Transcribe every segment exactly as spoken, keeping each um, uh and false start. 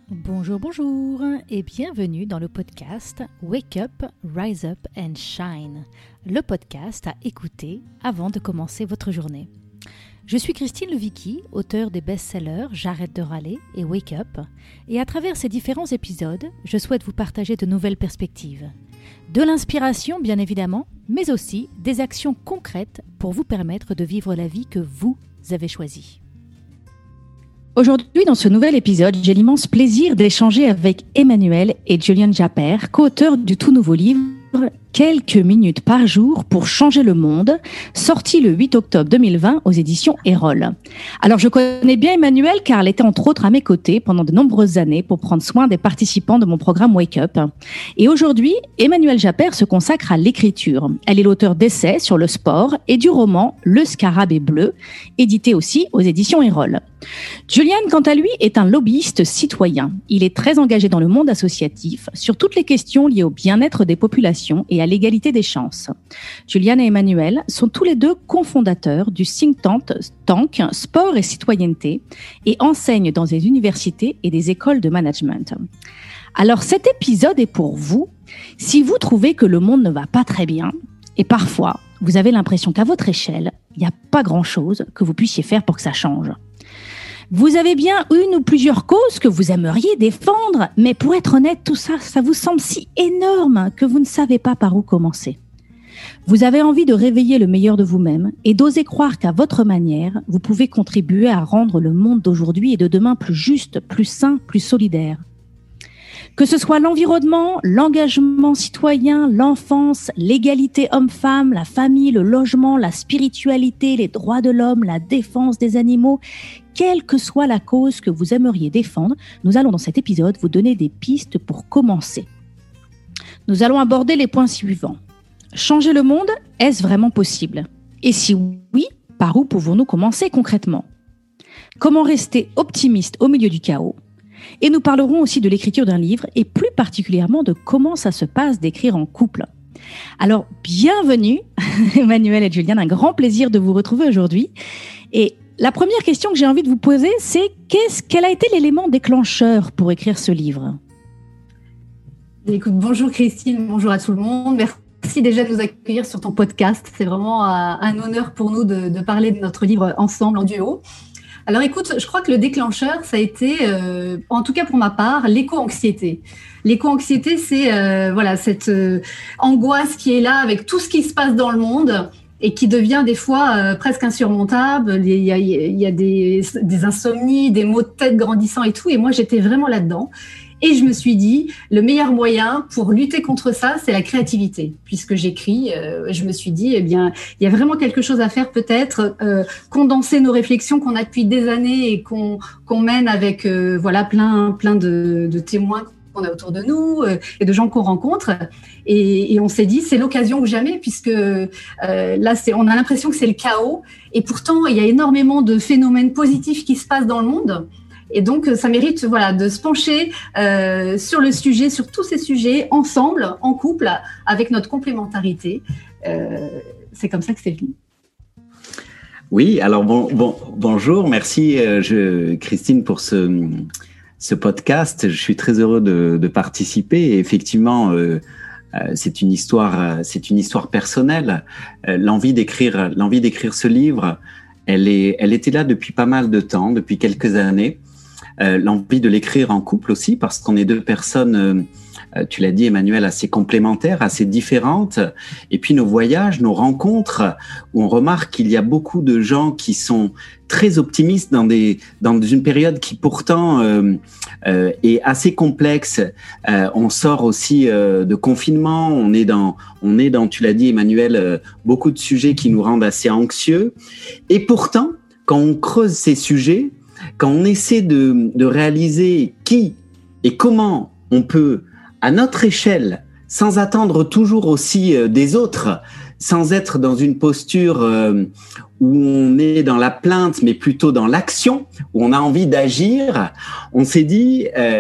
Bonjour, bonjour et bienvenue dans le podcast Wake Up, Rise Up and Shine, le podcast à écouter avant de commencer votre journée. Je suis Christine Levicki, auteure des best-sellers J'arrête de râler et Wake Up, et à travers ces différents épisodes, je souhaite vous partager de nouvelles perspectives. De l'inspiration bien évidemment, mais aussi des actions concrètes pour vous permettre de vivre la vie que vous avez choisie. Aujourd'hui, dans ce nouvel épisode, j'ai l'immense plaisir d'échanger avec Emmanuel et Julian Japper, co-auteurs du tout nouveau livre « Quelques minutes par jour pour changer le monde », sorti le huit octobre deux mille vingt aux éditions Erol. Alors, je connais bien Emmanuel car elle était entre autres à mes côtés pendant de nombreuses années pour prendre soin des participants de mon programme Wake Up. Et aujourd'hui, Emmanuel Japper se consacre à l'écriture. Elle est l'auteur d'essais sur le sport et du roman « Le scarabée bleu », édité aussi aux éditions Erol. Julian, quant à lui, est un lobbyiste citoyen. Il est très engagé dans le monde associatif sur toutes les questions liées au bien-être des populations et à l'égalité des chances. Julian et Emmanuel sont tous les deux cofondateurs du think tank, tank Sport et Citoyenneté et enseignent dans des universités et des écoles de management. Alors cet épisode est pour vous si vous trouvez que le monde ne va pas très bien et parfois vous avez l'impression qu'à votre échelle, il n'y a pas grand-chose que vous puissiez faire pour que ça change. Vous avez bien une ou plusieurs causes que vous aimeriez défendre, mais pour être honnête, tout ça, ça vous semble si énorme que vous ne savez pas par où commencer. Vous avez envie de réveiller le meilleur de vous-même et d'oser croire qu'à votre manière, vous pouvez contribuer à rendre le monde d'aujourd'hui et de demain plus juste, plus sain, plus solidaire. Que ce soit l'environnement, l'engagement citoyen, l'enfance, l'égalité homme-femme, la famille, le logement, la spiritualité, les droits de l'homme, la défense des animaux, quelle que soit la cause que vous aimeriez défendre, nous allons dans cet épisode vous donner des pistes pour commencer. Nous allons aborder les points suivants. Changer le monde, est-ce vraiment possible ? Et si oui, par où pouvons-nous commencer concrètement ? Comment rester optimiste au milieu du chaos ? Et nous parlerons aussi de l'écriture d'un livre et plus particulièrement de comment ça se passe d'écrire en couple. Alors, bienvenue Emmanuel et Julian, un grand plaisir de vous retrouver aujourd'hui. Et la première question que j'ai envie de vous poser, c'est qu'est-ce, quel a été l'élément déclencheur pour écrire ce livre ? Écoute, bonjour Christine, bonjour à tout le monde. Merci déjà de nous accueillir sur ton podcast. C'est vraiment un honneur pour nous de, de parler de notre livre ensemble en duo. Alors écoute, je crois que le déclencheur, ça a été, euh, en tout cas pour ma part, l'éco-anxiété. L'éco-anxiété, c'est euh, voilà cette euh, angoisse qui est là avec tout ce qui se passe dans le monde et qui devient des fois euh, presque insurmontable. Il y a, il y a des, des insomnies, des maux de tête grandissants et tout. Et moi, j'étais vraiment là-dedans. Et je me suis dit, le meilleur moyen pour lutter contre ça, c'est la créativité. Puisque j'écris, euh, je me suis dit, eh bien, il y a vraiment quelque chose à faire peut-être, euh, condenser nos réflexions qu'on a depuis des années et qu'on, qu'on mène avec euh, voilà plein, plein de, de témoins qu'on a autour de nous euh, et de gens qu'on rencontre. Et, et on s'est dit, c'est l'occasion ou jamais, puisque euh, là, c'est, on a l'impression que c'est le chaos. Et pourtant, il y a énormément de phénomènes positifs qui se passent dans le monde. Et donc, ça mérite voilà, de se pencher euh, sur le sujet, sur tous ces sujets, ensemble, en couple, avec notre complémentarité. Euh, c'est comme ça que c'est venu. Oui, alors bon, bon, bonjour, merci euh, je, Christine pour ce, ce podcast. Je suis très heureux de, de participer. Et effectivement, euh, euh, c'est une histoire, c'est une histoire personnelle. Euh, l'envie d'écrire, l'envie d'écrire ce livre, elle est, elle était là depuis pas mal de temps, depuis quelques années. Euh, l'envie de l'écrire en couple aussi, parce qu'on est deux personnes, euh, tu l'as dit Emmanuel, assez complémentaires, assez différentes. Et puis nos voyages, nos rencontres, où on remarque qu'il y a beaucoup de gens qui sont très optimistes dans, des, dans une période qui pourtant euh, euh, est assez complexe. Euh, on sort aussi euh, de confinement, on est dans, on est dans, tu l'as dit Emmanuel, euh, beaucoup de sujets qui nous rendent assez anxieux. Et pourtant, quand on creuse ces sujets, quand on essaie de, de réaliser qui et comment on peut, à notre échelle, sans attendre toujours aussi euh, des autres, sans être dans une posture euh, où on est dans la plainte, mais plutôt dans l'action, où on a envie d'agir, on s'est dit, euh,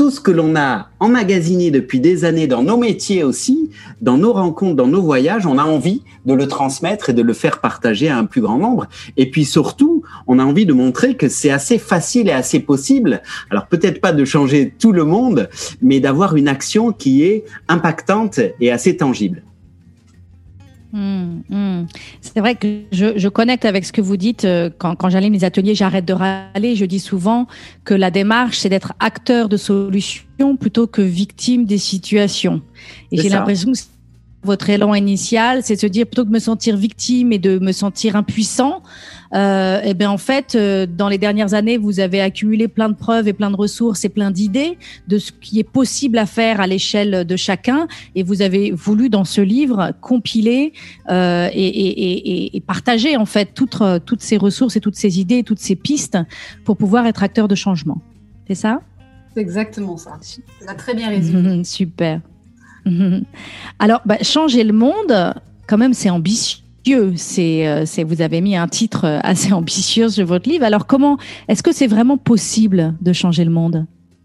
tout ce que l'on a emmagasiné depuis des années dans nos métiers aussi, dans nos rencontres, dans nos voyages, on a envie de le transmettre et de le faire partager à un plus grand nombre. Et puis surtout, on a envie de montrer que c'est assez facile et assez possible. Alors peut-être pas de changer tout le monde, mais d'avoir une action qui est impactante et assez tangible. Mmh, mmh. C'est vrai que je, je connecte avec ce que vous dites. Quand, quand j'anime les ateliers, j'arrête de râler. Je dis souvent que la démarche, c'est d'être acteur de solutions plutôt que victime des situations. Et c'est j'ai ça. l'impression que votre élan initial, c'est de se dire plutôt que de me sentir victime et de me sentir impuissant, euh, et bien en fait, euh, dans les dernières années, vous avez accumulé plein de preuves et plein de ressources et plein d'idées de ce qui est possible à faire à l'échelle de chacun, et vous avez voulu dans ce livre compiler euh, et, et, et, et partager en fait toutes toutes ces ressources et toutes ces idées, et toutes ces pistes pour pouvoir être acteur de changement. C'est ça ? C'est exactement ça. Tu l'as très bien résumé. Super. Alors, bah, changer le monde, quand même, c'est ambitieux. C'est, euh, c'est, vous avez mis un titre assez ambitieux sur votre livre. Alors, comment est-ce que c'est vraiment possible de changer le monde ?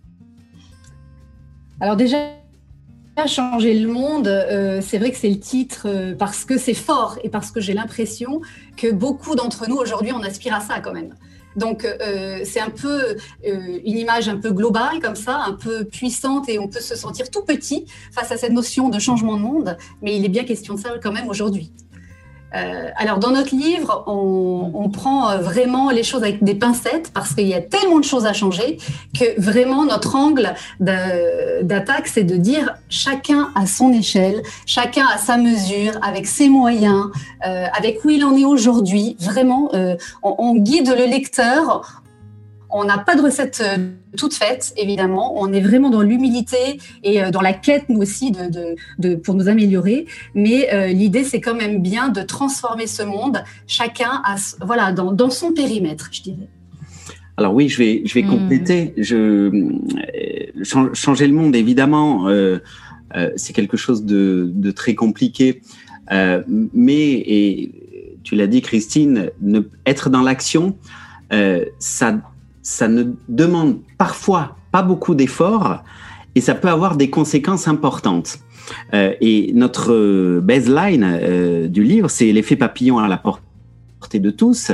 Alors déjà, changer le monde, euh, c'est vrai que c'est le titre euh, parce que c'est fort et parce que j'ai l'impression que beaucoup d'entre nous aujourd'hui, on aspire à ça quand même. Donc, euh, c'est un peu euh, une image un peu globale comme ça, un peu puissante, et on peut se sentir tout petit face à cette notion de changement de monde, mais il est bien question de ça quand même aujourd'hui. Euh, alors, dans notre livre, on, on prend vraiment les choses avec des pincettes parce qu'il y a tellement de choses à changer que vraiment notre angle d'attaque, c'est de dire chacun à son échelle, chacun à sa mesure, avec ses moyens, euh, avec où il en est aujourd'hui. Vraiment, euh, on, on guide le lecteur. On n'a pas de recette euh, toute faite, évidemment. On est vraiment dans l'humilité et euh, dans la quête, nous aussi, de, de, de, pour nous améliorer. Mais euh, l'idée, c'est quand même bien de transformer ce monde, chacun à, voilà, dans, dans son périmètre, je dirais. Alors oui, je vais, je vais mmh. compléter. Je, euh, changer le monde, évidemment, euh, euh, c'est quelque chose de, de très compliqué. Euh, mais, et tu l'as dit, Christine, ne, être dans l'action, euh, ça... ça ne demande parfois pas beaucoup d'efforts et ça peut avoir des conséquences importantes. Euh, et notre baseline euh, du livre, c'est l'effet papillon à la portée de tous.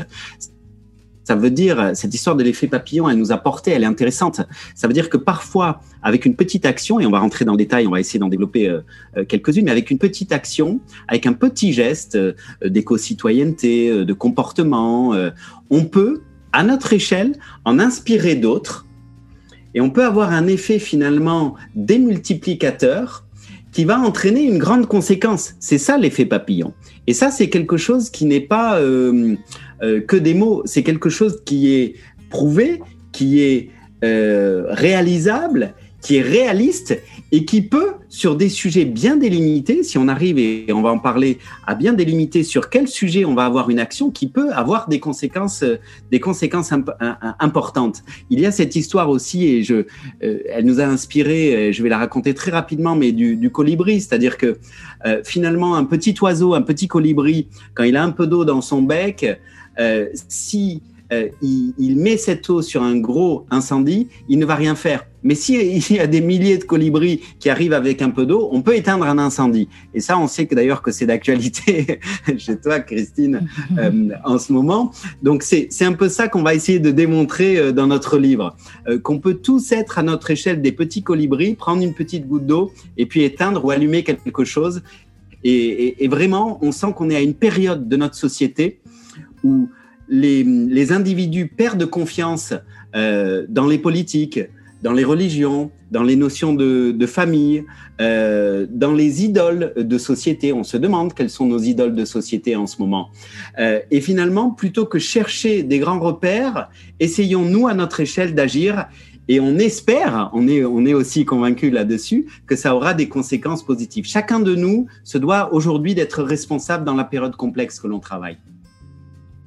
Ça veut dire, cette histoire de l'effet papillon, elle nous a porté, elle est intéressante. Ça veut dire que parfois, avec une petite action, et on va rentrer dans le détail, on va essayer d'en développer euh, quelques-unes, mais avec une petite action, avec un petit geste euh, d'éco-citoyenneté, euh, de comportement, euh, on peut, à notre échelle, en inspirer d'autres, et on peut avoir un effet finalement démultiplicateur qui va entraîner une grande conséquence. C'est ça l'effet papillon. Et ça, c'est quelque chose qui n'est pas euh, euh, que des mots, c'est quelque chose qui est prouvé, qui est euh, réalisable, qui est réaliste et qui peut, sur des sujets bien délimités, si on arrive, et on va en parler, à bien délimiter sur quel sujet on va avoir une action qui peut avoir des conséquences, des conséquences imp- importantes. Il y a cette histoire aussi, et je, euh, elle nous a inspiré, je vais la raconter très rapidement, mais du, du colibri, c'est-à-dire que euh, finalement, un petit oiseau, un petit colibri, quand il a un peu d'eau dans son bec, euh, si euh, il, il met cette eau sur un gros incendie, il ne va rien faire. Mais s'il y a des milliers de colibris qui arrivent avec un peu d'eau, on peut éteindre un incendie. Et ça, on sait que d'ailleurs que c'est d'actualité chez toi, Christine, euh, en ce moment. Donc, c'est, c'est un peu ça qu'on va essayer de démontrer euh, dans notre livre. Euh, qu'on peut tous être à notre échelle des petits colibris, prendre une petite goutte d'eau et puis éteindre ou allumer quelque chose. Et, et, et vraiment, on sent qu'on est à une période de notre société où les, les individus perdent confiance euh, dans les politiques, dans les religions, dans les notions de, de famille, euh, dans les idoles de société. On se demande quelles sont nos idoles de société en ce moment. Euh, et finalement, plutôt que chercher des grands repères, essayons, nous, à notre échelle, d'agir. Et on espère, on est, on est aussi convaincus là-dessus, que ça aura des conséquences positives. Chacun de nous se doit aujourd'hui d'être responsable dans la période complexe que l'on travaille.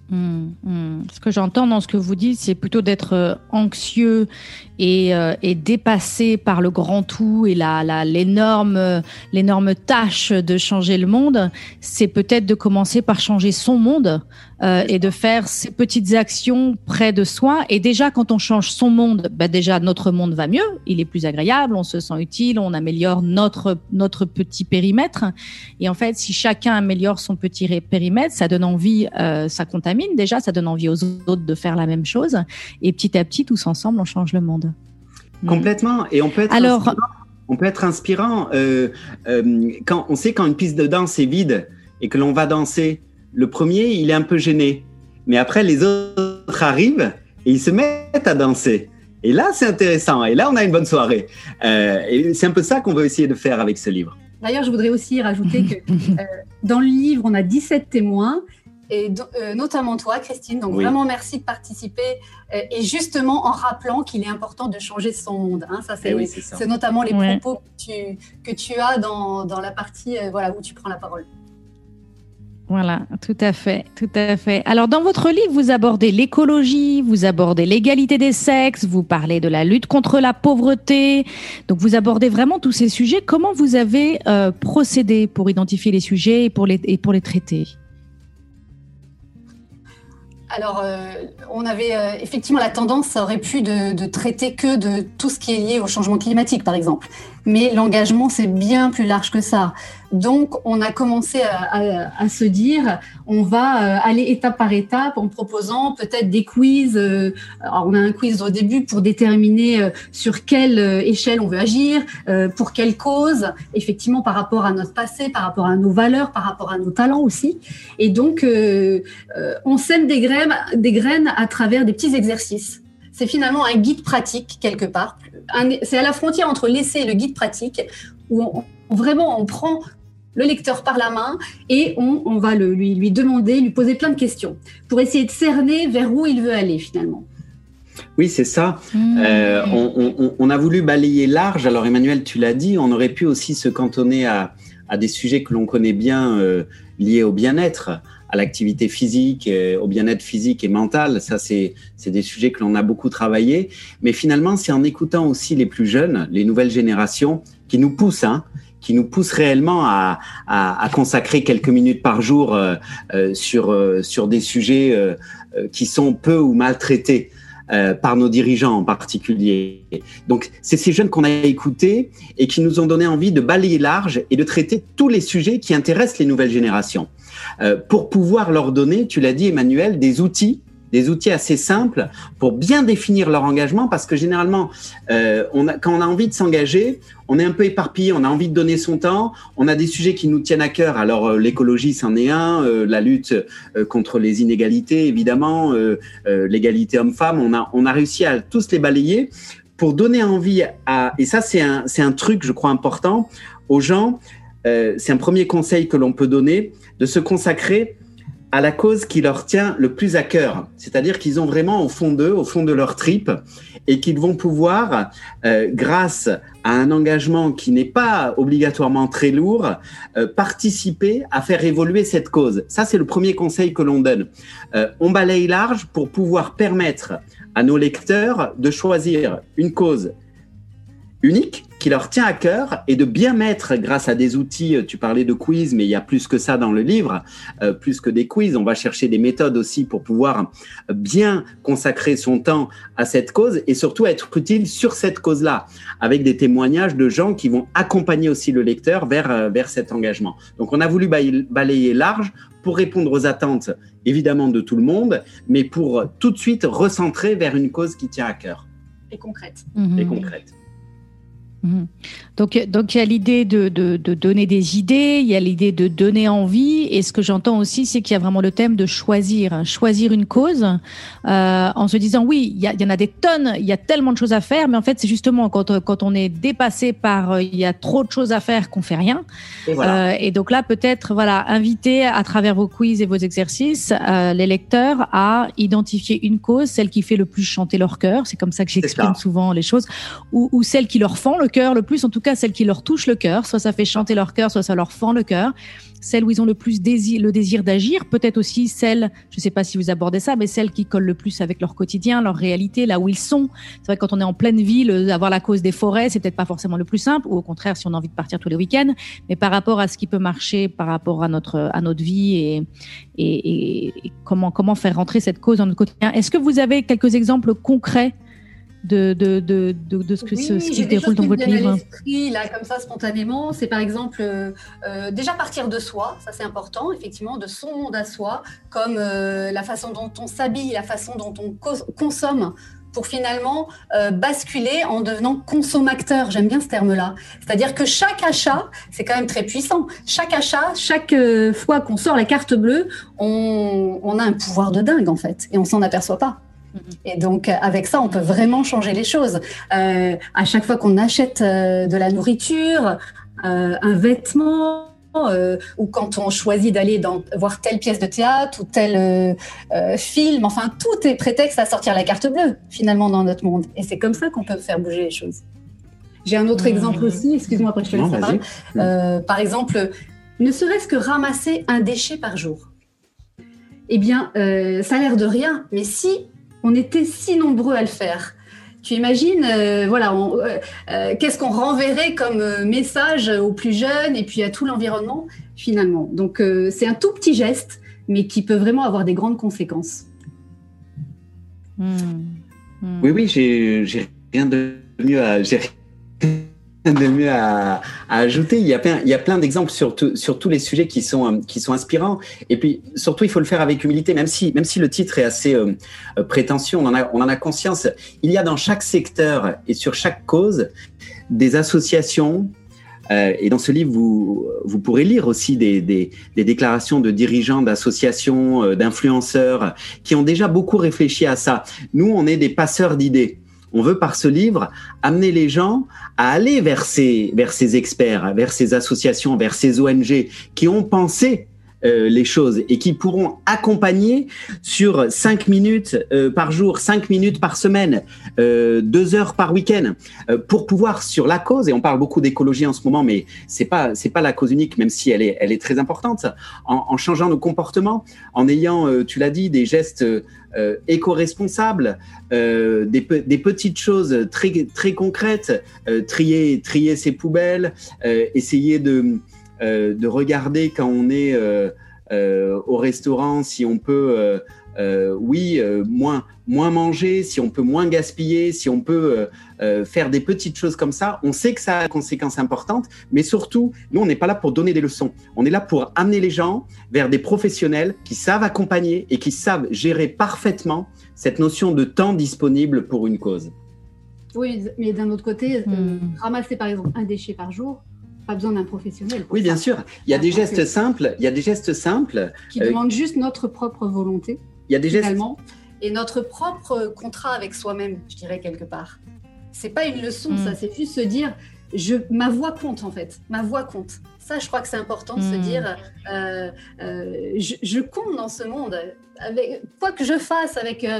Mmh, mmh. Ce que j'entends dans ce que vous dites, c'est plutôt d'être euh, anxieux et, euh, et dépassé par le grand tout et la, la, l'énorme, euh, l'énorme tâche de changer le monde. C'est peut-être de commencer par changer son monde euh, et de faire ces petites actions près de soi. Et déjà, quand on change son monde, bah déjà notre monde va mieux, il est plus agréable, on se sent utile, on améliore notre notre petit périmètre. Et en fait, si chacun améliore son petit ré- périmètre, ça donne envie, euh, ça contamine déjà, ça donne envie aux autres de faire la même chose. Et petit à petit, tous ensemble, on change le monde. Complètement. Et on peut être Alors, inspirant. On peut être inspirant. Euh, euh, quand on sait quand une piste de danse est vide et que l'on va danser, le premier, il est un peu gêné. Mais après, les autres arrivent et ils se mettent à danser. Et là, c'est intéressant. Et là, on a une bonne soirée. Euh, et c'est un peu ça qu'on veut essayer de faire avec ce livre. D'ailleurs, je voudrais aussi rajouter que euh, dans le livre, on a dix-sept témoins. Et euh, notamment toi, Christine. Donc, oui. Vraiment, merci de participer. Euh, et justement, en rappelant qu'il est important de changer son monde. Hein, ça, c'est, oui, c'est, ça. c'est notamment les ouais. propos que tu, que tu as dans, dans la partie euh, voilà, où tu prends la parole. Voilà, tout à fait, tout à fait. Alors, dans votre livre, vous abordez l'écologie, vous abordez l'égalité des sexes, vous parlez de la lutte contre la pauvreté. Donc, vous abordez vraiment tous ces sujets. Comment vous avez euh, procédé pour identifier les sujets et pour les, et pour les traiter ? Alors, euh, on avait euh, effectivement la tendance, ça aurait pu de, de traiter que de tout ce qui est lié au changement climatique, par exemple. Mais l'engagement, c'est bien plus large que ça. Donc, on a commencé à, à, à se dire, on va aller étape par étape en proposant peut-être des quiz. Alors, on a un quiz au début pour déterminer sur quelle échelle on veut agir, pour quelle cause, effectivement par rapport à notre passé, par rapport à nos valeurs, par rapport à nos talents aussi. Et donc, euh, on sème des graines, des graines à travers des petits exercices. C'est finalement un guide pratique quelque part. Un, c'est à la frontière entre l'essai et le guide pratique où on, on, vraiment on prend le lecteur par la main et on, on va le, lui, lui demander, lui poser plein de questions pour essayer de cerner vers où il veut aller finalement. Oui, c'est ça. Mmh. Euh, on, on, on a voulu balayer large. Alors Emmanuel, tu l'as dit, on aurait pu aussi se cantonner à, à des sujets que l'on connaît bien euh, liés au bien-être, à l'activité physique, euh, au bien-être physique et mental. Ça, c'est, c'est des sujets que l'on a beaucoup travaillé. Mais finalement, c'est en écoutant aussi les plus jeunes, les nouvelles générations, qui nous poussent, hein, qui nous poussent réellement à, à, à consacrer quelques minutes par jour euh, euh, sur, euh, sur des sujets euh, euh, qui sont peu ou mal traités. Euh, par nos dirigeants en particulier. Donc, c'est ces jeunes qu'on a écoutés et qui nous ont donné envie de balayer large et de traiter tous les sujets qui intéressent les nouvelles générations. Euh, pour pouvoir leur donner, tu l'as dit Emmanuel, des outils, des outils assez simples pour bien définir leur engagement parce que généralement, euh, on a, quand on a envie de s'engager, on est un peu éparpillé, on a envie de donner son temps, on a des sujets qui nous tiennent à cœur. Alors euh, l'écologie, c'en est un, euh, la lutte euh, contre les inégalités, évidemment, euh, euh, l'égalité homme-femme, on a, on a réussi à tous les balayer pour donner envie à, et ça c'est un, c'est un truc, je crois, important aux gens, euh, c'est un premier conseil que l'on peut donner, de se consacrer à la cause qui leur tient le plus à cœur, c'est-à-dire qu'ils ont vraiment au fond d'eux, au fond de leur tripe, et qu'ils vont pouvoir, euh, grâce à un engagement qui n'est pas obligatoirement très lourd, euh, participer à faire évoluer cette cause. Ça, c'est le premier conseil que l'on donne. Euh, on balaye large pour pouvoir permettre à nos lecteurs de choisir une cause unique qui leur tient à cœur et de bien mettre, grâce à des outils, tu parlais de quiz, mais il y a plus que ça dans le livre, euh, plus que des quiz, on va chercher des méthodes aussi pour pouvoir bien consacrer son temps à cette cause et surtout être utile sur cette cause-là, avec des témoignages de gens qui vont accompagner aussi le lecteur vers, vers cet engagement. Donc on a voulu balayer large pour répondre aux attentes, évidemment, de tout le monde, mais pour tout de suite recentrer vers une cause qui tient à cœur. Et concrète. Mmh. Et concrète. Donc, donc il y a l'idée de, de, de donner des idées, il y a l'idée de donner envie, et ce que j'entends aussi, c'est qu'il y a vraiment le thème de choisir, choisir une cause, euh, en se disant oui, il y, a, il y en a des tonnes, il y a tellement de choses à faire, mais en fait c'est justement quand, quand on est dépassé par euh, il y a trop de choses à faire qu'on fait rien. Et, voilà. euh, et donc là peut-être voilà inviter à travers vos quiz et vos exercices euh, les lecteurs à identifier une cause, celle qui fait le plus chanter leur cœur, c'est comme ça que j'exprime souvent les choses, ou, ou celle qui leur fend le cœur le plus, en tout cas celles qui leur touchent le cœur. Soit ça fait chanter leur cœur, soit ça leur fend le cœur. Celles où ils ont le plus désir, le désir d'agir, peut-être aussi celles, je ne sais pas si vous abordez ça, mais celles qui collent le plus avec leur quotidien, leur réalité, là où ils sont. C'est vrai que quand on est en pleine ville, avoir la cause des forêts, c'est peut-être pas forcément le plus simple, ou au contraire, si on a envie de partir tous les week-ends. Mais par rapport à ce qui peut marcher, par rapport à notre à notre vie et et, et, et comment comment faire rentrer cette cause dans notre quotidien. Est-ce que vous avez quelques exemples concrets de, de, de, de, de ce, que, oui, ce, ce qui se déroule dans votre livre? À l'esprit, là, comme ça, spontanément, c'est par exemple euh, euh, déjà partir de soi, ça c'est important, effectivement, de son monde à soi, comme euh, la façon dont on s'habille, la façon dont on co- consomme, pour finalement euh, basculer en devenant consommateur. J'aime bien ce terme-là. C'est-à-dire que chaque achat, c'est quand même très puissant. Chaque achat, chaque euh, fois qu'on sort la carte bleue, on, on a un pouvoir de dingue, en fait, et on s'en aperçoit pas. Et donc, avec ça, on peut vraiment changer les choses. Euh, à chaque fois qu'on achète euh, de la nourriture, euh, un vêtement, euh, ou quand on choisit d'aller dans, voir telle pièce de théâtre ou tel euh, euh, film, enfin, tout est prétexte à sortir la carte bleue, finalement, dans notre monde. Et c'est comme ça qu'on peut faire bouger les choses. J'ai un autre mmh. exemple aussi, excuse-moi, après je te laisse la parole. Euh, par exemple, ne serait-ce que ramasser un déchet par jour. Eh bien, euh, ça a l'air de rien, mais si on était si nombreux à le faire. Tu imagines, euh, voilà, on, euh, euh, qu'est-ce qu'on renverrait comme euh, message aux plus jeunes et puis à tout l'environnement, finalement. Donc, euh, c'est un tout petit geste, mais qui peut vraiment avoir des grandes conséquences. Mmh. Mmh. Oui, oui, j'ai, j'ai rien de mieux à... J'ai... de mieux à, à ajouter. Il y a plein, il y a plein d'exemples sur, tout, sur tous les sujets qui sont, qui sont inspirants. Et puis, surtout, il faut le faire avec humilité, même si, même si le titre est assez euh, prétentieux, on en a, on en a conscience. Il y a dans chaque secteur et sur chaque cause des associations. Euh, et dans ce livre, vous, vous pourrez lire aussi des, des, des déclarations de dirigeants d'associations, euh, d'influenceurs qui ont déjà beaucoup réfléchi à ça. Nous, on est des passeurs d'idées. On veut, par ce livre, amener les gens à aller vers ces, vers ces experts, vers ces associations, vers ces O N G qui ont pensé euh, les choses et qui pourront accompagner sur cinq minutes euh, par jour, cinq minutes par semaine, euh, deux heures par week-end, euh, pour pouvoir, sur la cause, et on parle beaucoup d'écologie en ce moment, mais c'est pas, c'est pas la cause unique, même si elle est, elle est très importante, en, en changeant nos comportements, en ayant, euh, tu l'as dit, des gestes euh, éco-responsables, euh, des, pe- des petites choses très, très concrètes, euh, trier, trier ses poubelles, euh, essayer de... Euh, de regarder quand on est euh, euh, au restaurant, si on peut, euh, euh, oui, euh, moins, moins manger, si on peut moins gaspiller, si on peut euh, euh, faire des petites choses comme ça. On sait que ça a des conséquences importantes, mais surtout, nous, on n'est pas là pour donner des leçons. On est là pour amener les gens vers des professionnels qui savent accompagner et qui savent gérer parfaitement cette notion de temps disponible pour une cause. Oui, mais d'un autre côté, mmh. euh, ramasser par exemple un déchet par jour, pas besoin d'un professionnel. Oui, bien ça. sûr. Il y a des gestes que... simples. Il y a des gestes simples qui euh... demandent juste notre propre volonté. Il y a des finalement, gestes et notre propre contrat avec soi-même, je dirais quelque part. C'est pas une leçon, mmh. ça. C'est juste se dire, je, ma voix compte en fait. Ma voix compte. Ça, je crois que c'est important de mmh. se dire, euh, euh, je, je compte dans ce monde. Avec quoi que je fasse, avec euh,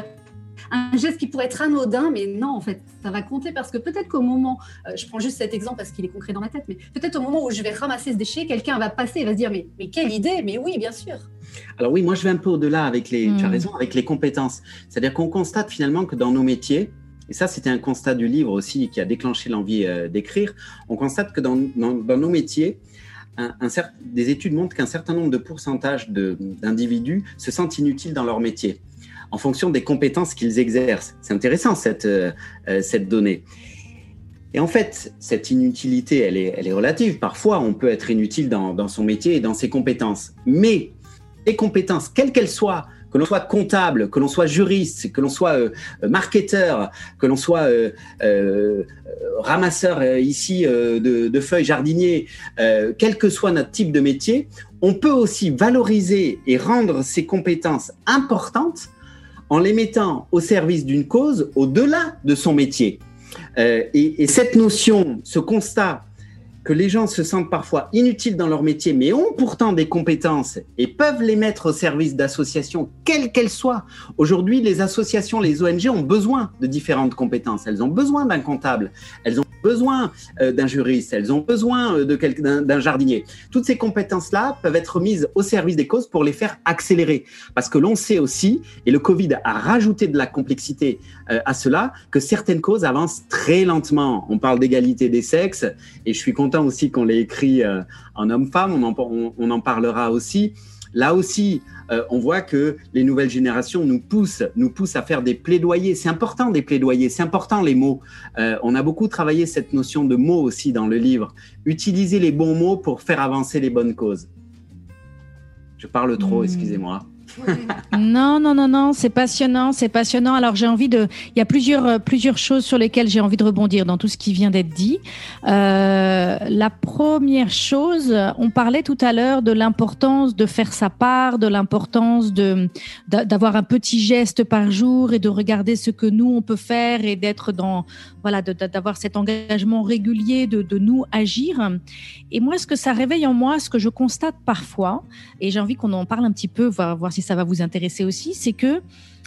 un geste qui pourrait être anodin, mais non, en fait, ça va compter parce que peut-être qu'au moment, euh, je prends juste cet exemple parce qu'il est concret dans ma tête, mais peut-être au moment où je vais ramasser ce déchet, quelqu'un va passer et va se dire, mais, mais quelle idée, mais oui, bien sûr. Alors oui, moi je vais un peu au-delà avec les, mmh. tu as raison, avec les compétences. C'est-à-dire qu'on constate finalement que dans nos métiers, et ça c'était un constat du livre aussi qui a déclenché l'envie euh, d'écrire, on constate que dans, dans, dans nos métiers, un, un certain, des études montrent qu'un certain nombre de pourcentages de, d'individus se sentent inutiles dans leur métier, en fonction des compétences qu'ils exercent. C'est intéressant cette, euh, cette donnée. Et en fait, cette inutilité, elle est, elle est relative. Parfois, on peut être inutile dans, dans son métier et dans ses compétences. Mais les compétences, quelles qu'elles soient, que l'on soit comptable, que l'on soit juriste, que l'on soit euh, marketeur, que l'on soit euh, euh, ramasseur euh, ici euh, de, de feuilles, jardinier, euh, quel que soit notre type de métier, on peut aussi valoriser et rendre ces compétences importantes en les mettant au service d'une cause au-delà de son métier. Euh, et, et cette notion, ce constat que les gens se sentent parfois inutiles dans leur métier, mais ont pourtant des compétences et peuvent les mettre au service d'associations, quelles qu'elles soient. Aujourd'hui, les associations, les O N G ont besoin de différentes compétences. Elles ont besoin d'un comptable, elles ont besoin euh, d'un juriste, elles ont besoin euh, de quel... d'un, d'un jardinier. Toutes ces compétences-là peuvent être mises au service des causes pour les faire accélérer. Parce que l'on sait aussi, et le Covid a rajouté de la complexité euh, à cela, que certaines causes avancent très lentement. On parle d'égalité des sexes, et je suis content aussi qu'on l'ait écrit euh, en homme-femme, on en, on, on en parlera aussi. Là aussi, euh, on voit que les nouvelles générations nous poussent, nous poussent à faire des plaidoyers. C'est important des plaidoyers, c'est important les mots. Euh, on a beaucoup travaillé cette notion de mots aussi dans le livre. Utiliser les bons mots pour faire avancer les bonnes causes. Je parle trop, mmh. excusez-moi. Non, non, non, non, c'est passionnant, c'est passionnant. Alors j'ai envie de, il y a plusieurs, plusieurs choses sur lesquelles j'ai envie de rebondir dans tout ce qui vient d'être dit. Euh, la première chose, on parlait tout à l'heure de l'importance de faire sa part, de l'importance de, d'avoir un petit geste par jour et de regarder ce que nous on peut faire et d'être dans, voilà, de, d'avoir cet engagement régulier de, de nous agir. Et moi, ce que ça réveille en moi, ce que je constate parfois, et j'ai envie qu'on en parle un petit peu, voir, voir si ça va vous intéresser aussi, c'est que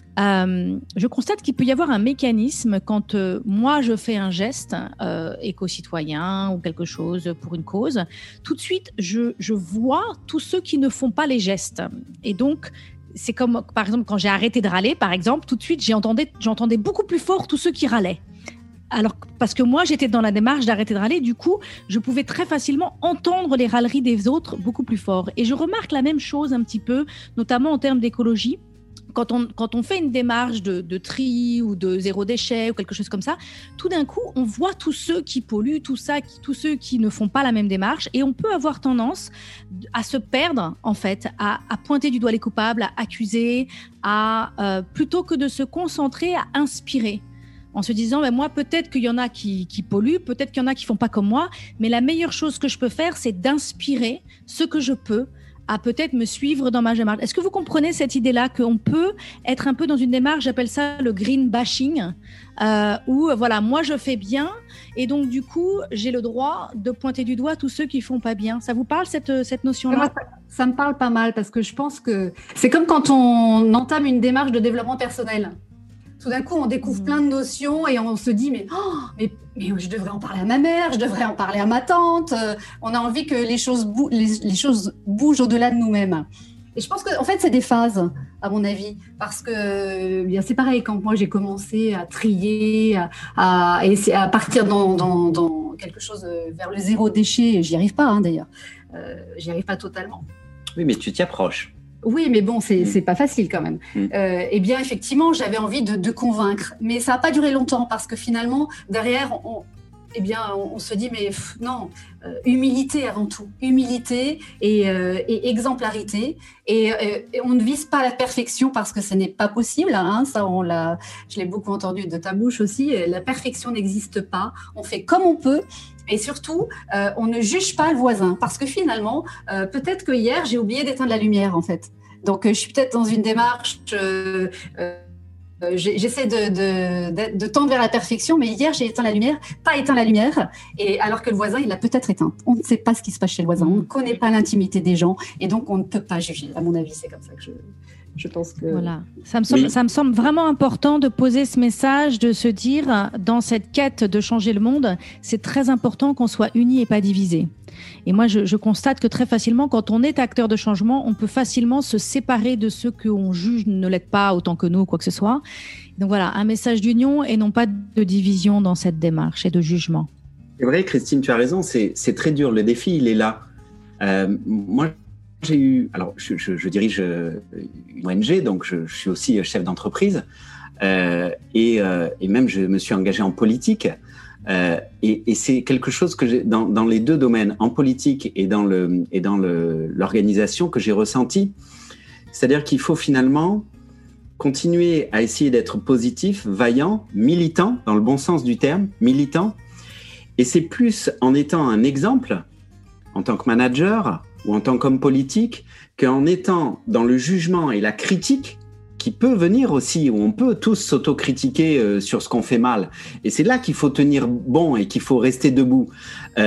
euh, je constate qu'il peut y avoir un mécanisme quand euh, moi je fais un geste euh, éco-citoyen ou quelque chose pour une cause, tout de suite je, je vois tous ceux qui ne font pas les gestes. Et donc c'est comme par exemple quand j'ai arrêté de râler, par exemple, tout de suite j'entendais, j'entendais beaucoup plus fort tous ceux qui râlaient. Alors, parce que moi, j'étais dans la démarche d'arrêter de râler, du coup, je pouvais très facilement entendre les râleries des autres beaucoup plus fort. Et je remarque la même chose un petit peu, notamment en termes d'écologie. Quand on, quand on fait une démarche de, de tri ou de zéro déchet ou quelque chose comme ça, tout d'un coup, on voit tous ceux qui polluent, tout ça, qui, tous ceux qui ne font pas la même démarche. Et on peut avoir tendance à se perdre, en fait, à, à pointer du doigt les coupables, à accuser, à, euh, plutôt que de se concentrer à inspirer. En se disant, ben moi, peut-être qu'il y en a qui, qui polluent, peut-être qu'il y en a qui font pas comme moi, mais la meilleure chose que je peux faire, c'est d'inspirer ce que je peux à peut-être me suivre dans ma démarche. Est-ce que vous comprenez cette idée-là, qu'on peut être un peu dans une démarche, j'appelle ça le green bashing, euh, où voilà, moi je fais bien, et donc du coup, j'ai le droit de pointer du doigt tous ceux qui font pas bien. Ça vous parle, cette, cette notion-là ? Moi, ça, ça me parle pas mal, parce que je pense que c'est comme quand on entame une démarche de développement personnel. Tout d'un coup, on découvre mmh. plein de notions et on se dit mais, oh, mais, mais je devrais en parler à ma mère, je devrais en parler à ma tante. Euh, on a envie que les choses, bou- les, les choses bougent au-delà de nous-mêmes. Et je pense qu'en en fait, c'est des phases, à mon avis. Parce que bien, c'est pareil, quand moi j'ai commencé à trier, à, à, à partir dans, dans, dans quelque chose vers le zéro déchet, j'y arrive pas hein, d'ailleurs. Euh, j'y arrive pas totalement. Oui, mais tu t'y approches. Oui, mais bon, c'est, mmh. c'est pas facile quand même. Mmh. Euh, eh bien, effectivement, j'avais envie de, de convaincre. Mais ça n'a pas duré longtemps parce que finalement, derrière, on, eh bien, on, on se dit, mais pff, non, euh, humilité avant tout. Humilité et, euh, et exemplarité. Et, euh, et on ne vise pas la perfection parce que ce n'est pas possible. Hein, ça, on l'a, je l'ai beaucoup entendu de ta bouche aussi. La perfection n'existe pas. On fait comme on peut. Et surtout, euh, on ne juge pas le voisin parce que finalement, euh, peut-être que hier, j'ai oublié d'éteindre la lumière en fait. Donc, euh, je suis peut-être dans une démarche, euh, euh, j'essaie de, de, de, de tendre vers la perfection, mais hier, j'ai éteint la lumière, pas éteint la lumière, et alors que le voisin, il l'a peut-être éteinte. On ne sait pas ce qui se passe chez le voisin, on ne connaît pas l'intimité des gens, et donc on ne peut pas juger. À mon avis, c'est comme ça que je... Je pense que... Voilà. Ça me semble, oui. ça me semble vraiment important de poser ce message, de se dire, dans cette quête de changer le monde, c'est très important qu'on soit unis et pas divisés. Et moi, je, je constate que très facilement, quand on est acteur de changement, on peut facilement se séparer de ceux qu'on juge ne l'aident pas autant que nous, quoi que ce soit. Donc voilà, un message d'union et non pas de division dans cette démarche et de jugement. C'est vrai, Christine, tu as raison, c'est, c'est très dur. Le défi, il est là. Euh, moi, j'ai eu, alors je, je, je dirige une O N G, donc je, je suis aussi chef d'entreprise euh, et, euh, et même je me suis engagé en politique euh, et, et c'est quelque chose que j'ai dans, dans les deux domaines, en politique et dans le et dans le, l'organisation, que j'ai ressenti. C'est-à-dire qu'il faut finalement continuer à essayer d'être positif, vaillant, militant dans le bon sens du terme, militant. Et c'est plus en étant un exemple en tant que manager ou en tant qu'homme politique, qu'en étant dans le jugement et la critique qui peut venir aussi, où on peut tous s'autocritiquer euh, sur ce qu'on fait mal. Et c'est là qu'il faut tenir bon et qu'il faut rester debout. Euh,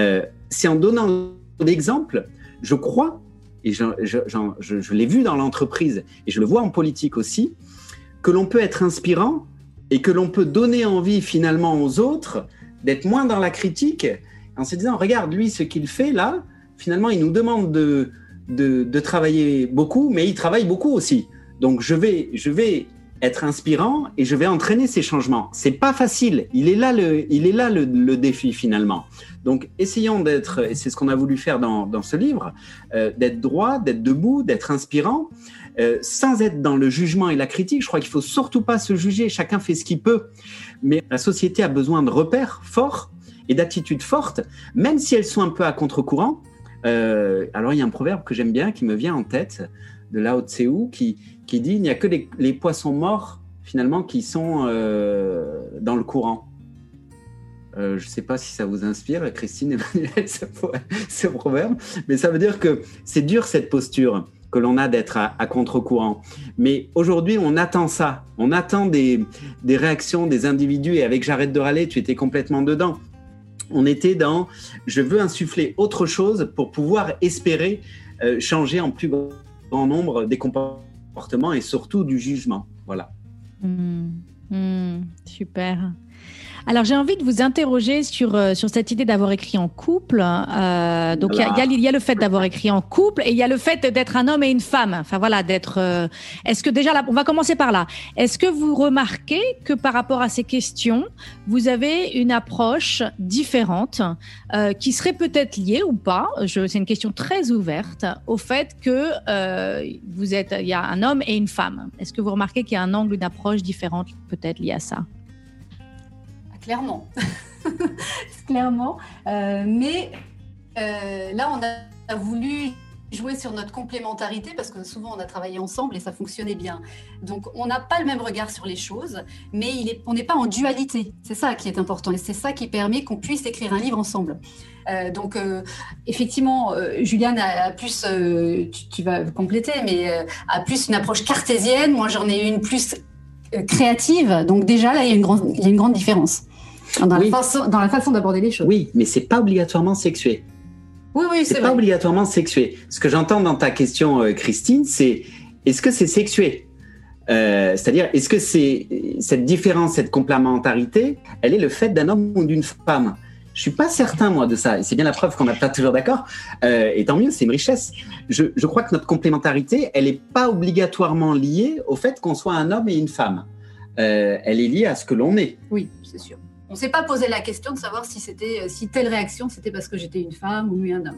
c'est en donnant l'exemple, je crois, et je, je, je, je l'ai vu dans l'entreprise, et je le vois en politique aussi, que l'on peut être inspirant et que l'on peut donner envie finalement aux autres d'être moins dans la critique, en se disant, regarde, lui, ce qu'il fait là, finalement, il nous demande de, de, de travailler beaucoup, mais il travaille beaucoup aussi. Donc, je vais, je vais être inspirant et je vais entraîner ces changements. C'est pas facile. Il est là le, il est là le, le défi finalement. Donc, essayons d'être, et c'est ce qu'on a voulu faire dans, dans ce livre, euh, d'être droit, d'être debout, d'être inspirant, euh, sans être dans le jugement et la critique. Je crois qu'il faut surtout pas se juger. Chacun fait ce qu'il peut. Mais la société a besoin de repères forts et d'attitudes fortes, même si elles sont un peu à contre-courant. Euh, alors, il y a un proverbe que j'aime bien qui me vient en tête de Lao Tse qui, qui dit « Il n'y a que les, les poissons morts, finalement, qui sont euh, dans le courant ». Euh, je ne sais pas si ça vous inspire, Christine, Emmanuel, ce, ce proverbe, mais ça veut dire que c'est dur, cette posture que l'on a d'être à, à contre-courant. Mais aujourd'hui, on attend ça. On attend des, des réactions des individus. Et avec J'arrête de râler, tu étais complètement dedans. On était dans « je veux insuffler autre chose pour pouvoir espérer euh, changer en plus grand nombre des comportements et surtout du jugement. » Voilà. Mmh, mmh, super. Alors, j'ai envie de vous interroger sur, euh, sur cette idée d'avoir écrit en couple. Euh, donc, il y, y, y a le fait d'avoir écrit en couple et il y a le fait d'être un homme et une femme. Enfin, voilà, d'être... Euh, est-ce que déjà, là, on va commencer par là. Est-ce que vous remarquez que par rapport à ces questions, vous avez une approche différente euh, qui serait peut-être liée ou pas, je, c'est une question très ouverte, au fait que euh, vous êtes, il y a un homme et une femme. Est-ce que vous remarquez qu'il y a un angle, une approche différente peut-être liée à ça ? Clairement, clairement. Euh, mais euh, là, on a, a voulu jouer sur notre complémentarité parce que souvent on a travaillé ensemble et ça fonctionnait bien. Donc on n'a pas le même regard sur les choses, mais il est, on n'est pas en dualité. C'est ça qui est important et c'est ça qui permet qu'on puisse écrire un livre ensemble. Euh, donc euh, effectivement, euh, Juliane a, a plus, euh, tu, tu vas compléter, mais euh, a plus une approche cartésienne. Moi, j'en ai une plus euh, créative. Donc déjà là, il y a une grande, il y a une grande différence. Dans, oui. la façon, dans la façon d'aborder les choses. Oui, mais c'est pas obligatoirement sexué. Oui, oui, c'est, c'est pas vrai. obligatoirement sexué. Ce que j'entends dans ta question, euh, Christine, c'est est-ce que c'est sexué ? euh, C'est-à-dire, est-ce que c'est cette différence, cette complémentarité, elle est le fait d'un homme ou d'une femme ? Je suis pas certain, moi, de ça. Et c'est bien la preuve qu'on n'est pas toujours d'accord. Euh, et tant mieux, c'est une richesse. Je, je crois que notre complémentarité, elle est pas obligatoirement liée au fait qu'on soit un homme et une femme. Euh, elle est liée à ce que l'on est. Oui, c'est sûr. On ne s'est pas posé la question de savoir si, c'était, si telle réaction, c'était parce que j'étais une femme ou lui un homme.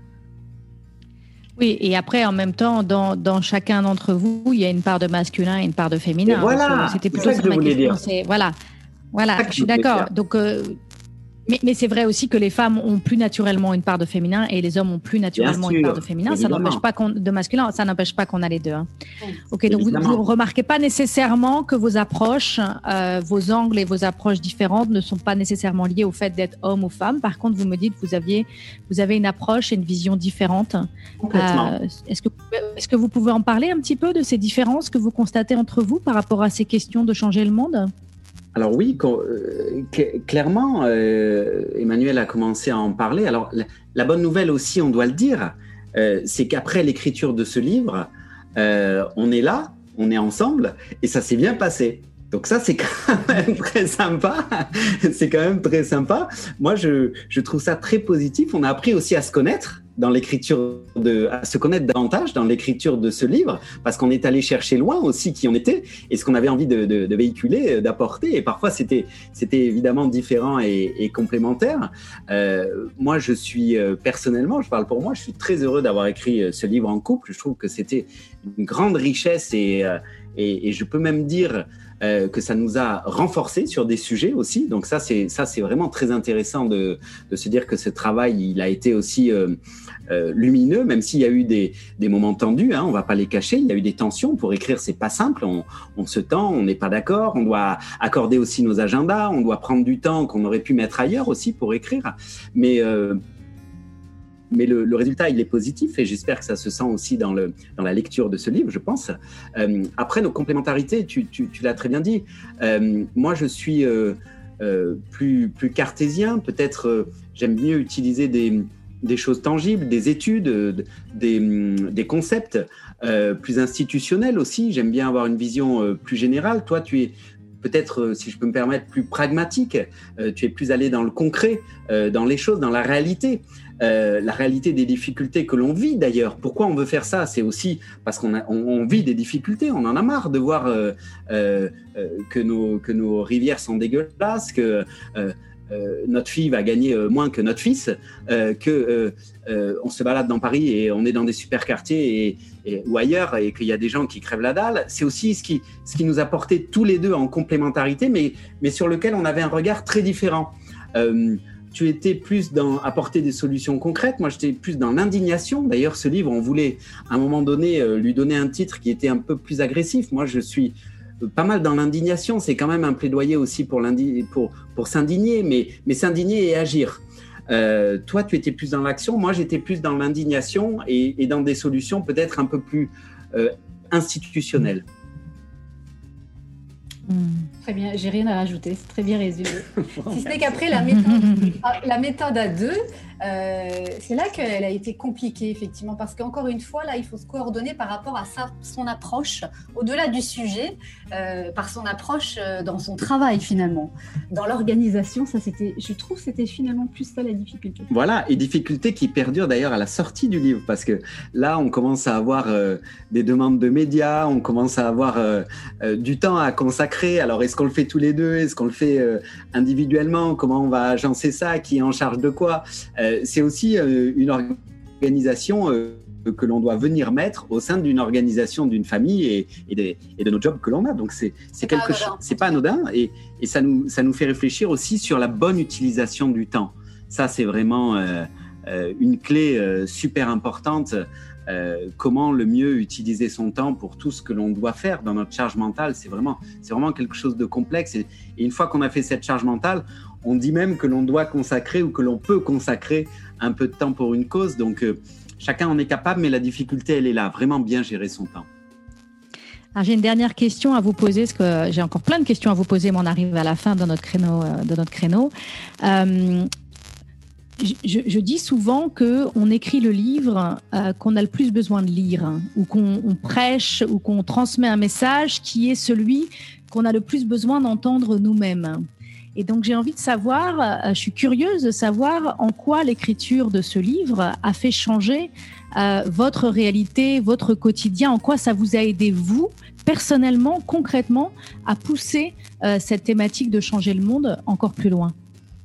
Oui, et après, en même temps, dans, dans chacun d'entre vous, il y a une part de masculin et une part de féminin. Et voilà, c'était plutôt c'est ça que je voulais dire. C'est, voilà, voilà je suis d'accord. Donc, euh, mais, mais c'est vrai aussi que les femmes ont plus naturellement une part de féminin et les hommes ont plus naturellement sûr, une part de féminin. Évidemment. Ça n'empêche pas qu'on, de masculin, ça n'empêche pas qu'on a les deux. Hein. Oui. Ok, donc évidemment. vous ne remarquez pas nécessairement que vos approches, euh, vos angles et vos approches différentes ne sont pas nécessairement liées au fait d'être homme ou femme. Par contre, vous me dites que vous aviez, vous avez une approche et une vision différente. Complètement. Euh, est-ce que, est-ce que vous pouvez en parler un petit peu de ces différences que vous constatez entre vous par rapport à ces questions de changer le monde ? Alors oui, euh, clairement, euh, Emmanuel a commencé à en parler. Alors la, la bonne nouvelle aussi, on doit le dire, euh, c'est qu'après l'écriture de ce livre, euh, on est là, on est ensemble et ça s'est bien passé. Donc ça, c'est quand même très sympa. C'est quand même très sympa. Moi, je, je trouve ça très positif. On a appris aussi à se connaître dans l'écriture de, à se connaître davantage dans l'écriture de ce livre, parce qu'on est allé chercher loin aussi qui on était et ce qu'on avait envie de, de, de véhiculer, d'apporter. Et parfois, c'était, c'était évidemment différent et, et complémentaire. Euh, moi, je suis euh, personnellement, je parle pour moi, je suis très heureux d'avoir écrit ce livre en couple. Je trouve que c'était une grande richesse et, euh, et, et je peux même dire Euh, que ça nous a renforcés sur des sujets aussi. Donc ça, c'est, ça, c'est vraiment très intéressant de, de se dire que ce travail, il a été aussi euh, euh, lumineux, même s'il y a eu des, des moments tendus, hein, on ne va pas les cacher, il y a eu des tensions. Pour écrire, c'est pas simple, on, on se tend, on n'est pas d'accord, on doit accorder aussi nos agendas, on doit prendre du temps qu'on aurait pu mettre ailleurs aussi pour écrire. Mais... Euh, Mais le, le résultat, il est positif et j'espère que ça se sent aussi dans, le, dans la lecture de ce livre, je pense. Euh, après, nos complémentarités, tu, tu, tu l'as très bien dit. Euh, moi, je suis euh, euh, plus, plus cartésien. Peut-être, euh, j'aime mieux utiliser des, des choses tangibles, des études, des, des concepts euh, plus institutionnels aussi. J'aime bien avoir une vision euh, plus générale. Toi, tu es peut-être, si je peux me permettre, plus pragmatique. Euh, tu es plus allé dans le concret, euh, dans les choses, dans la réalité. Euh, la réalité des difficultés que l'on vit d'ailleurs. Pourquoi on veut faire ça? C'est aussi parce qu'on a, on, on vit des difficultés. On en a marre de voir euh, euh, que, nos, que nos rivières sont dégueulasses, que euh, euh, notre fille va gagner euh, moins que notre fils, euh, que euh, euh, on se balade dans Paris et on est dans des super quartiers et, et, ou ailleurs et qu'il y a des gens qui crèvent la dalle. C'est aussi ce qui, ce qui nous a porté tous les deux en complémentarité, mais, mais sur lequel on avait un regard très différent. Euh, Tu étais plus dans apporter des solutions concrètes. Moi, j'étais plus dans l'indignation. D'ailleurs, ce livre, on voulait à un moment donné euh, lui donner un titre qui était un peu plus agressif. Moi, je suis pas mal dans l'indignation. C'est quand même un plaidoyer aussi pour, pour, pour s'indigner, mais, mais s'indigner et agir. Euh, toi, tu étais plus dans l'action. Moi, j'étais plus dans l'indignation et, et dans des solutions peut-être un peu plus euh, institutionnelles. Mmh. Très bien, j'ai rien à rajouter, c'est très bien résumé. Si ce n'est qu'après, la méthode, la méthode à deux, euh, c'est là qu'elle a été compliquée, effectivement, parce qu'encore une fois, là, il faut se coordonner par rapport à sa, son approche, au-delà du sujet, euh, par son approche euh, dans son travail, finalement. Dans l'organisation, ça, c'était, je trouve que c'était finalement plus ça la difficulté. Voilà, et difficulté qui perdure d'ailleurs à la sortie du livre, parce que là, on commence à avoir euh, des demandes de médias, on commence à avoir euh, euh, du temps à consacrer. Alors, est-ce qu'on le fait tous les deux? Est-ce qu'on le fait euh, individuellement? Comment on va agencer ça? Qui est en charge de quoi? euh, C'est aussi euh, une organisation euh, que l'on doit venir mettre au sein d'une organisation, d'une famille et, et, des, et de nos jobs que l'on a. Donc, c'est, c'est quelque chose, c'est pas anodin et, et ça, nous, ça nous fait réfléchir aussi sur la bonne utilisation du temps. Ça, c'est vraiment euh, euh, une clé euh, super importante. Euh, comment le mieux utiliser son temps pour tout ce que l'on doit faire dans notre charge mentale. C'est vraiment, c'est vraiment quelque chose de complexe. Et, et une fois qu'on a fait cette charge mentale, on dit même que l'on doit consacrer ou que l'on peut consacrer un peu de temps pour une cause. Donc, euh, chacun en est capable, mais la difficulté, elle est là. Vraiment bien gérer son temps. Alors, j'ai une dernière question à vous poser, parce que j'ai encore plein de questions à vous poser, mais on arrive à la fin de notre créneau. De notre créneau. Euh, Je, je dis souvent qu'on écrit le livre euh, qu'on a le plus besoin de lire, hein, ou qu'on on prêche, ou qu'on transmet un message qui est celui qu'on a le plus besoin d'entendre nous-mêmes. Et donc, j'ai envie de savoir, euh, je suis curieuse de savoir en quoi l'écriture de ce livre a fait changer euh, votre réalité, votre quotidien, en quoi ça vous a aidé, vous, personnellement, concrètement, à pousser euh, cette thématique de changer le monde encore plus loin.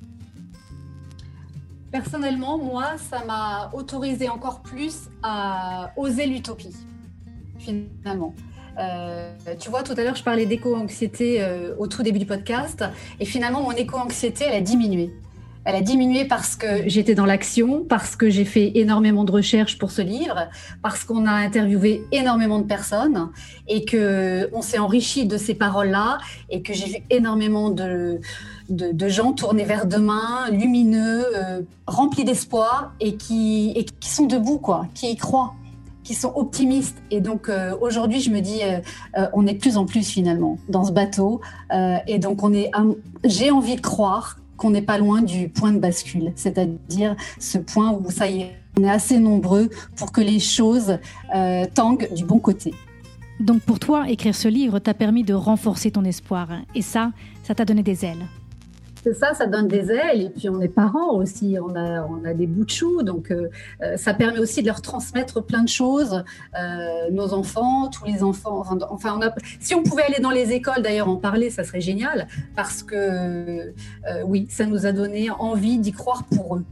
Personnellement, moi, ça m'a autorisé encore plus à oser l'utopie, finalement. Euh, tu vois, tout à l'heure, je parlais d'éco-anxiété euh, au tout début du podcast, et finalement, mon éco-anxiété, elle a diminué. Elle a diminué parce que j'étais dans l'action, parce que j'ai fait énormément de recherches pour ce livre, parce qu'on a interviewé énormément de personnes et qu'on s'est enrichi de ces paroles-là et que j'ai vu énormément de, de, de gens tournés vers demain, lumineux, euh, remplis d'espoir et qui, et qui sont debout, quoi, qui y croient, qui sont optimistes. Et donc euh, aujourd'hui, je me dis, euh, euh, on est de plus en plus finalement dans ce bateau. Euh, et donc, on est, euh, j'ai envie de croire qu'on n'est pas loin du point de bascule, c'est-à-dire ce point où ça y est, on est assez nombreux pour que les choses euh, tanguent du bon côté. Donc pour toi, écrire ce livre t'a permis de renforcer ton espoir, et ça, ça t'a donné des ailes. C'est ça, ça donne des ailes, et puis on est parents aussi, on a, on a des bouts de chou, donc euh, ça permet aussi de leur transmettre plein de choses, euh, nos enfants, tous les enfants, enfin, enfin on a, si on pouvait aller dans les écoles d'ailleurs en parler, ça serait génial, parce que euh, oui, ça nous a donné envie d'y croire pour eux.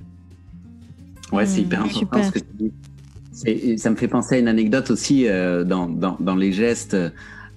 Ouais, c'est hyper important super. Ce que tu dis. C'est, ça me fait penser à une anecdote aussi euh, dans, dans, dans les gestes, euh,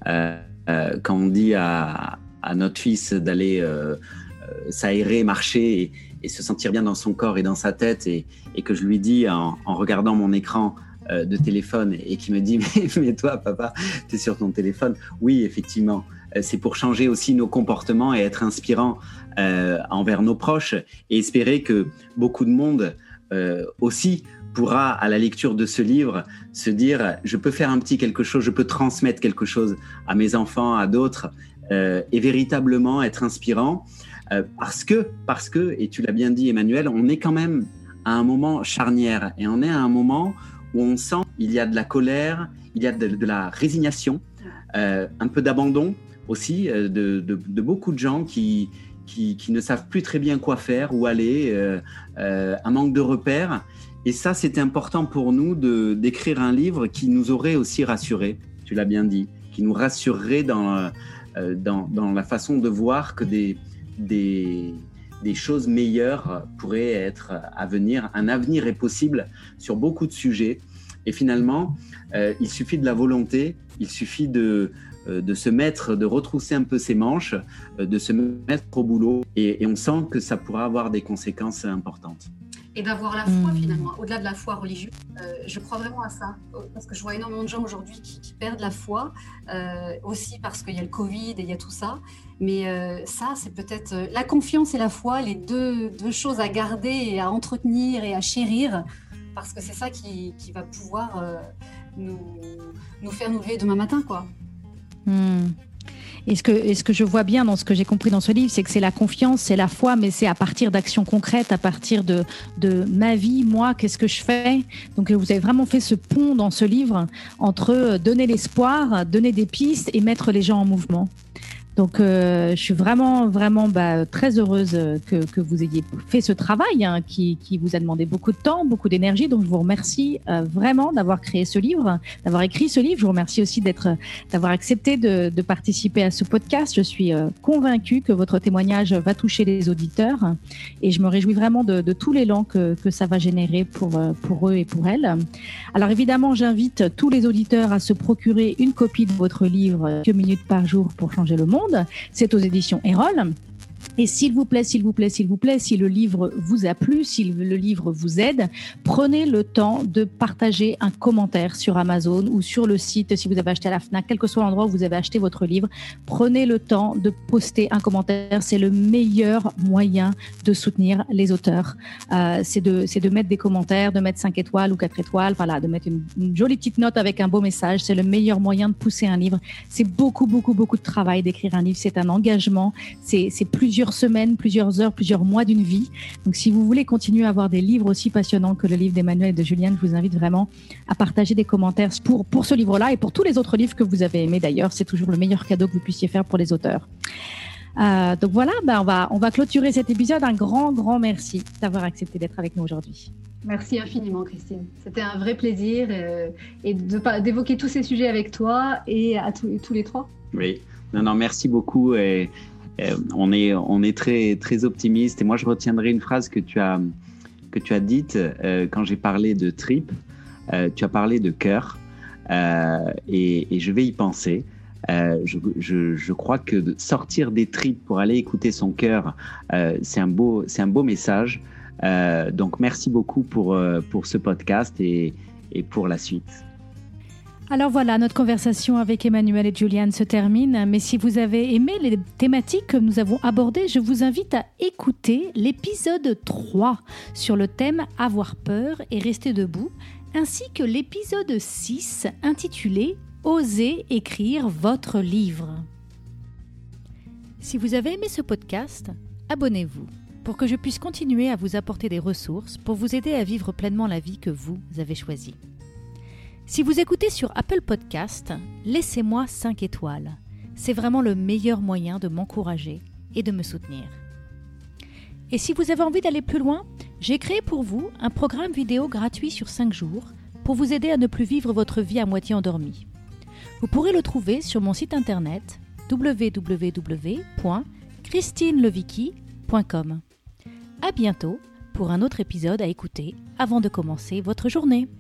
euh, quand on dit à, à notre fils d'aller euh, s'aérer, marcher et, et se sentir bien dans son corps et dans sa tête, et, et que je lui dis en, en regardant mon écran euh, de téléphone et, et qui me dit mais, mais toi papa, t'es sur ton téléphone. Oui, effectivement, euh, c'est pour changer aussi nos comportements et être inspirant euh, envers nos proches, et espérer que beaucoup de monde euh, aussi pourra, à la lecture de ce livre, se dire je peux faire un petit quelque chose, je peux transmettre quelque chose à mes enfants, à d'autres, euh, et véritablement être inspirant. Euh, parce que, parce que, et tu l'as bien dit Emmanuel, on est quand même à un moment charnière et on est à un moment où on sent qu'il y a de la colère, il y a de, de la résignation, euh, un peu d'abandon aussi euh, de, de, de beaucoup de gens qui, qui, qui ne savent plus très bien quoi faire, où aller, euh, euh, un manque de repères. Et ça, c'était important pour nous de, d'écrire un livre qui nous aurait aussi rassurés, tu l'as bien dit, qui nous rassurerait dans, euh, dans, dans la façon de voir que des, des, des choses meilleures pourraient être à venir. Un avenir est possible sur beaucoup de sujets. Et finalement, euh, il suffit de la volonté, il suffit de, euh, de se mettre, de retrousser un peu ses manches, euh, de se mettre au boulot. Et, et on sent que ça pourra avoir des conséquences importantes. Et d'avoir la foi, mmh. finalement, au-delà de la foi religieuse. Euh, je crois vraiment à ça, parce que je vois énormément de gens aujourd'hui qui, qui perdent la foi, euh, aussi parce qu'il y a le Covid et il y a tout ça. Mais euh, ça, c'est peut-être euh, la confiance et la foi, les deux, deux choses à garder et à entretenir et à chérir, parce que c'est ça qui, qui va pouvoir euh, nous, nous faire nous lever demain matin, quoi. Mmh. Et ce que, et ce que je vois bien dans ce que j'ai compris dans ce livre, c'est que c'est la confiance, c'est la foi, mais c'est à partir d'actions concrètes, à partir de, de ma vie, moi, qu'est-ce que je fais. Donc vous avez vraiment fait ce pont dans ce livre entre donner l'espoir, donner des pistes et mettre les gens en mouvement. Donc, euh, je suis vraiment, vraiment bah, très heureuse que, que vous ayez fait ce travail hein, qui, qui vous a demandé beaucoup de temps, beaucoup d'énergie. Donc, je vous remercie euh, vraiment d'avoir créé ce livre, d'avoir écrit ce livre. Je vous remercie aussi d'être, d'avoir accepté de, de participer à ce podcast. Je suis euh, convaincue que votre témoignage va toucher les auditeurs et je me réjouis vraiment de, de tout l'élan que, que ça va générer pour, pour eux et pour elles. Alors, évidemment, j'invite tous les auditeurs à se procurer une copie de votre livre « Quelques minutes par jour pour changer le monde ». C'est aux éditions Erol. Et s'il vous plaît, s'il vous plaît, s'il vous plaît, si le livre vous a plu, si le livre vous aide, prenez le temps de partager un commentaire sur Amazon ou sur le site, si vous avez acheté à la Fnac, quel que soit l'endroit où vous avez acheté votre livre, prenez le temps de poster un commentaire. C'est le meilleur moyen de soutenir les auteurs. Euh, c'est de, c'est de mettre des commentaires, de mettre cinq étoiles ou quatre étoiles, voilà, de mettre une, une jolie petite note avec un beau message. C'est le meilleur moyen de pousser un livre. C'est beaucoup, beaucoup, beaucoup de travail d'écrire un livre. C'est un engagement. C'est, c'est plusieurs semaines, plusieurs heures, plusieurs mois d'une vie. Donc, si vous voulez continuer à avoir des livres aussi passionnants que le livre d'Emmanuel et de Juliane, je vous invite vraiment à partager des commentaires pour, pour ce livre-là et pour tous les autres livres que vous avez aimés d'ailleurs. C'est toujours le meilleur cadeau que vous puissiez faire pour les auteurs. Euh, donc voilà, ben on va, on va clôturer cet épisode. Un grand, grand merci d'avoir accepté d'être avec nous aujourd'hui. Merci infiniment, Christine. C'était un vrai plaisir euh, et de, d'évoquer tous ces sujets avec toi et à tous, tous les trois. Oui, non, non, merci beaucoup. Et... On est, on est très, très optimiste et moi je retiendrai une phrase que tu as, que tu as dite euh, quand j'ai parlé de tripes. Euh, tu as parlé de cœur euh, et, et je vais y penser. Euh, je, je, je crois que de sortir des tripes pour aller écouter son cœur, euh, c'est un beau, c'est un beau message. Euh, donc merci beaucoup pour, euh, pour ce podcast et, et pour la suite. Alors voilà, notre conversation avec Emmanuel et Juliane se termine. Mais si vous avez aimé les thématiques que nous avons abordées, je vous invite à écouter l'épisode trois sur le thème « Avoir peur et rester debout », ainsi que l'épisode six intitulé « Osez écrire votre livre ». Si vous avez aimé ce podcast, abonnez-vous pour que je puisse continuer à vous apporter des ressources pour vous aider à vivre pleinement la vie que vous avez choisie. Si vous écoutez sur Apple Podcast, laissez-moi cinq étoiles. C'est vraiment le meilleur moyen de m'encourager et de me soutenir. Et si vous avez envie d'aller plus loin, j'ai créé pour vous un programme vidéo gratuit sur cinq jours pour vous aider à ne plus vivre votre vie à moitié endormie. Vous pourrez le trouver sur mon site internet w w w point christine levicki point com. À bientôt pour un autre épisode à écouter avant de commencer votre journée.